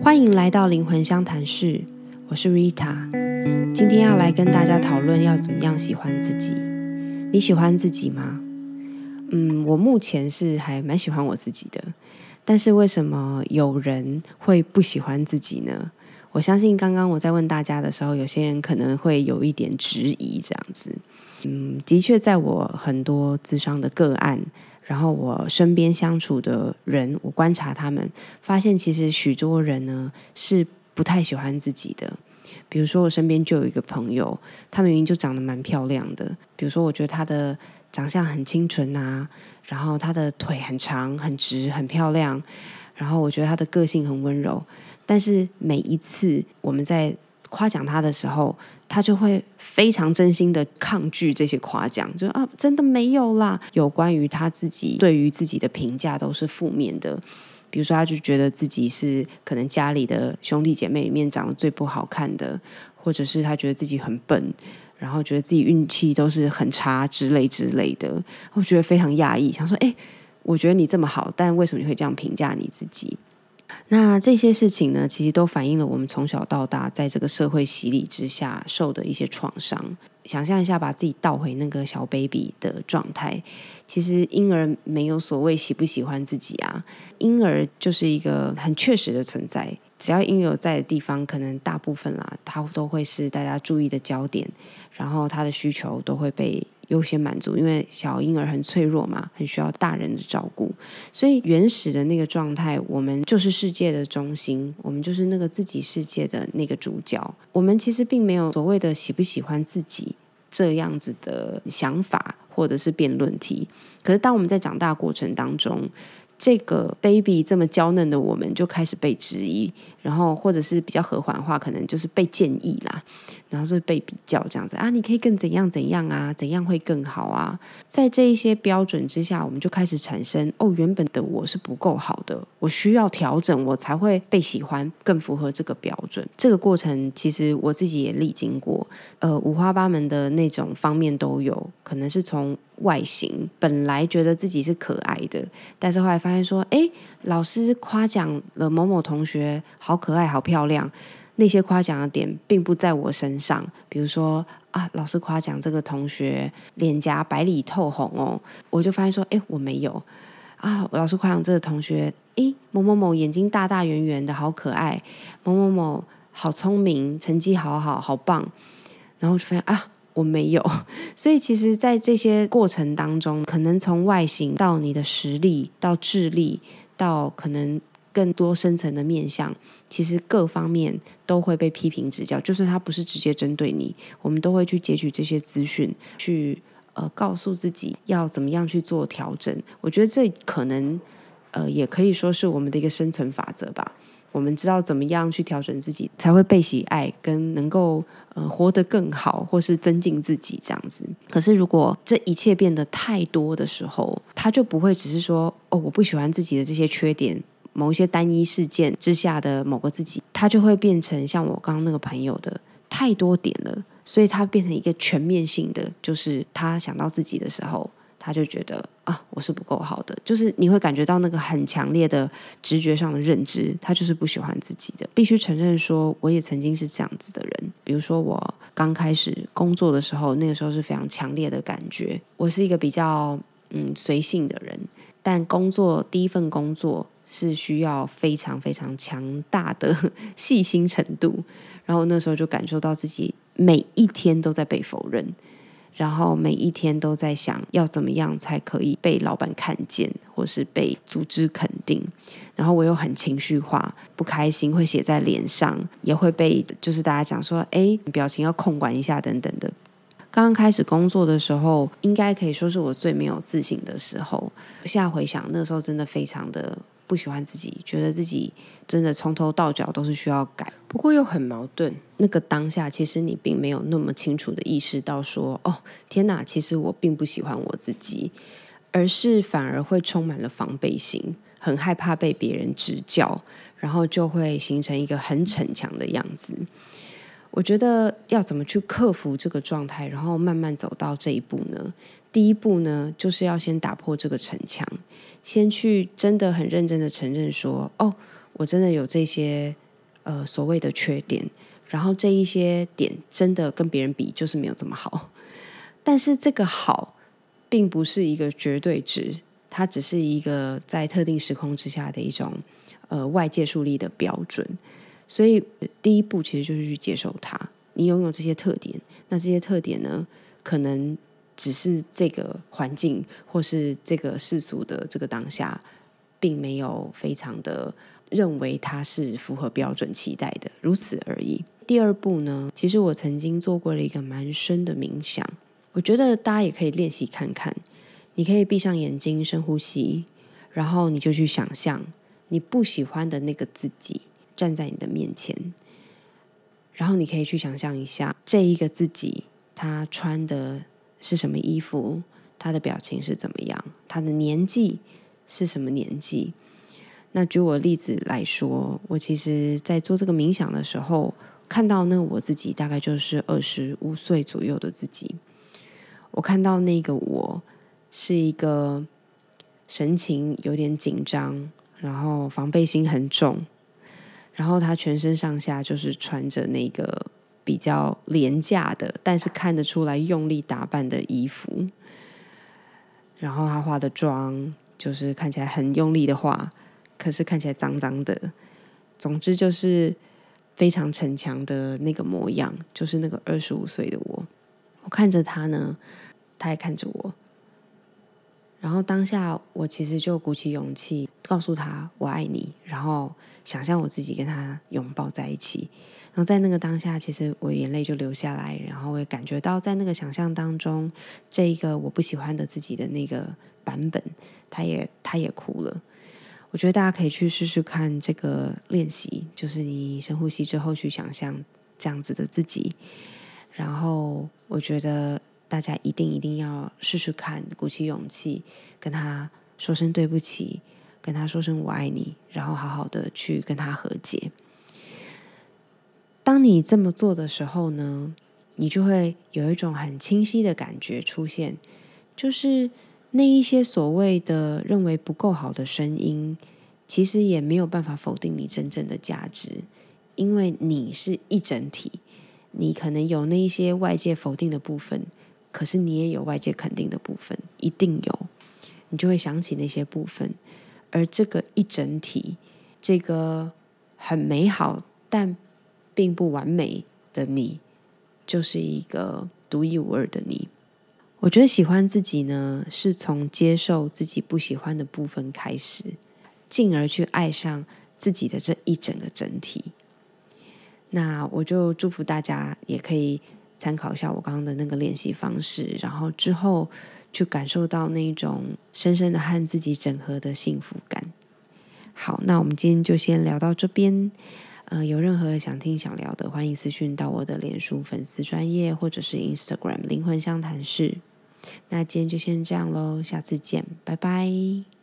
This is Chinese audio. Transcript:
欢迎来到灵魂相谈室，我是 Rita。今天要来跟大家讨论要怎么样喜欢自己。你喜欢自己吗？我目前是还蛮喜欢我自己的，但是为什么有人会不喜欢自己呢？我相信刚刚我在问大家的时候，有些人可能会有一点质疑这样子。的确在我很多咨商的个案，然后我身边相处的人，我观察他们，发现其实许多人呢是不太喜欢自己的。比如说我身边就有一个朋友，她明明就长得蛮漂亮的，比如说我觉得她的长相很清纯啊，然后她的腿很长很直很漂亮，然后我觉得她的个性很温柔，但是每一次我们在夸奖她的时候，她就会非常真心的抗拒这些夸奖，就真的没有啦，有关于她自己对于自己的评价都是负面的。比如说他就觉得自己是可能家里的兄弟姐妹里面长得最不好看的，或者是他觉得自己很笨，然后觉得自己运气都是很差之类的，我觉得非常讶异，想说我觉得你这么好，但为什么你会这样评价你自己？那这些事情呢，其实都反映了我们从小到大在这个社会洗礼之下受的一些创伤。想象一下，把自己倒回那个小 baby 的状态，其实婴儿没有所谓喜不喜欢自己啊，婴儿就是一个很确实的存在，只要婴儿有在的地方，可能大部分啦，他都会是大家注意的焦点，然后他的需求都会被优先满足，因为小婴儿很脆弱嘛，很需要大人的照顾，所以原始的那个状态，我们就是世界的中心，我们就是那个自己世界的那个主角，我们其实并没有所谓的喜不喜欢自己这样子的想法或者是辩论题。可是当我们在长大过程当中，这个 baby 这么娇嫩的我们就开始被质疑，然后或者是比较和缓的话，可能就是被建议啦，然后是被比较这样子你可以更怎样怎样啊，怎样会更好啊。在这一些标准之下，我们就开始产生原本的我是不够好的，我需要调整，我才会被喜欢，更符合这个标准。这个过程其实我自己也历经过，五花八门的那种方面都有，可能是从外形，本来觉得自己是可爱的，但是后来发现说老师夸奖了某某同学好可爱好漂亮，那些夸奖的点并不在我身上。比如说老师夸奖这个同学脸颊白里透红我就发现说我没有老师夸奖这个同学某某某眼睛大大圆圆的好可爱，某某某好聪明，成绩好好好棒，然后就发现我没有。所以其实在这些过程当中，可能从外形到你的实力，到智力，到可能更多深层的面向，其实各方面都会被批评指教，就算它不是直接针对你，我们都会去截取这些资讯，去告诉自己要怎么样去做调整。我觉得这可能也可以说是我们的一个生存法则吧。我们知道怎么样去调整自己，才会被喜爱，跟能够活得更好，或是增进自己这样子。可是如果这一切变得太多的时候，他就不会只是说我不喜欢自己的这些缺点，某一些单一事件之下的某个自己，他就会变成像我刚刚那个朋友的太多点了，所以他变成一个全面性的，就是他想到自己的时候，他就觉得我是不够好的，就是你会感觉到那个很强烈的直觉上的认知，他就是不喜欢自己的。必须承认说我也曾经是这样子的人，比如说我刚开始工作的时候，那个时候是非常强烈的感觉，我是一个比较随性的人，但第一份工作是需要非常非常强大的细心程度，然后那时候就感受到自己每一天都在被否认，然后每一天都在想要怎么样才可以被老板看见，或是被组织肯定。然后我又很情绪化，不开心会写在脸上，也会被就是大家讲说表情要控管一下等等的。刚刚开始工作的时候，应该可以说是我最没有自信的时候。现在回想，那个时候真的非常的不喜欢自己，觉得自己真的从头到脚都是需要改，不过又很矛盾。那个当下其实你并没有那么清楚的意识到说天哪，其实我并不喜欢我自己，而是反而会充满了防备心，很害怕被别人指教，然后就会形成一个很逞强的样子。我觉得要怎么去克服这个状态，然后慢慢走到这一步呢？第一步呢，就是要先打破这个城墙，先去真的很认真的承认说我真的有这些所谓的缺点，然后这一些点真的跟别人比就是没有这么好，但是这个好并不是一个绝对值，它只是一个在特定时空之下的一种外界树立的标准。所以第一步其实就是去接受它，你拥有这些特点，那这些特点呢，可能只是这个环境或是这个世俗的这个当下并没有非常的认为它是符合标准期待的，如此而已。第二步呢，其实我曾经做过了一个蛮深的冥想，我觉得大家也可以练习看看。你可以闭上眼睛，深呼吸，然后你就去想象你不喜欢的那个自己站在你的面前，然后你可以去想象一下这一个自己他穿的是什么衣服，他的表情是怎么样，他的年纪是什么年纪。那举我的例子来说，我其实在做这个冥想的时候，看到那我自己大概就是25岁左右的自己。我看到那个我是一个神情有点紧张，然后防备心很重，然后他全身上下就是穿着那个比较廉价的，但是看得出来用力打扮的衣服，然后他化的妆就是看起来很用力的化，可是看起来脏脏的，总之就是非常逞强的那个模样，就是那个25岁的我。我看着他呢，他也看着我，然后当下我其实就鼓起勇气告诉他我爱你，然后想象我自己跟他拥抱在一起。然后在那个当下，其实我眼泪就流下来，然后我也感觉到在那个想象当中，这一个我不喜欢的自己的那个版本，他也哭了。我觉得大家可以去试试看这个练习，就是你深呼吸之后去想象这样子的自己，然后我觉得大家一定要试试看，鼓起勇气跟他说声对不起，跟他说声我爱你，然后好好的去跟他和解。当你这么做的时候呢，你就会有一种很清晰的感觉出现，就是那一些所谓的认为不够好的声音，其实也没有办法否定你真正的价值，因为你是一整体，你可能有那一些外界否定的部分，可是你也有外界肯定的部分，一定有，你就会想起那些部分，而这个一整体，这个很美好但并不完美的你，就是一个独一无二的你。我觉得喜欢自己呢，是从接受自己不喜欢的部分开始，进而去爱上自己的这一整个整体。那我就祝福大家也可以参考一下我刚刚的那个练习方式，然后之后去感受到那种深深的和自己整合的幸福感。好，那我们今天就先聊到这边。有任何想听想聊的，欢迎私讯到我的脸书粉丝专页或者是 Instagram 灵魂相谈室。那今天就先这样咯，下次见，拜拜。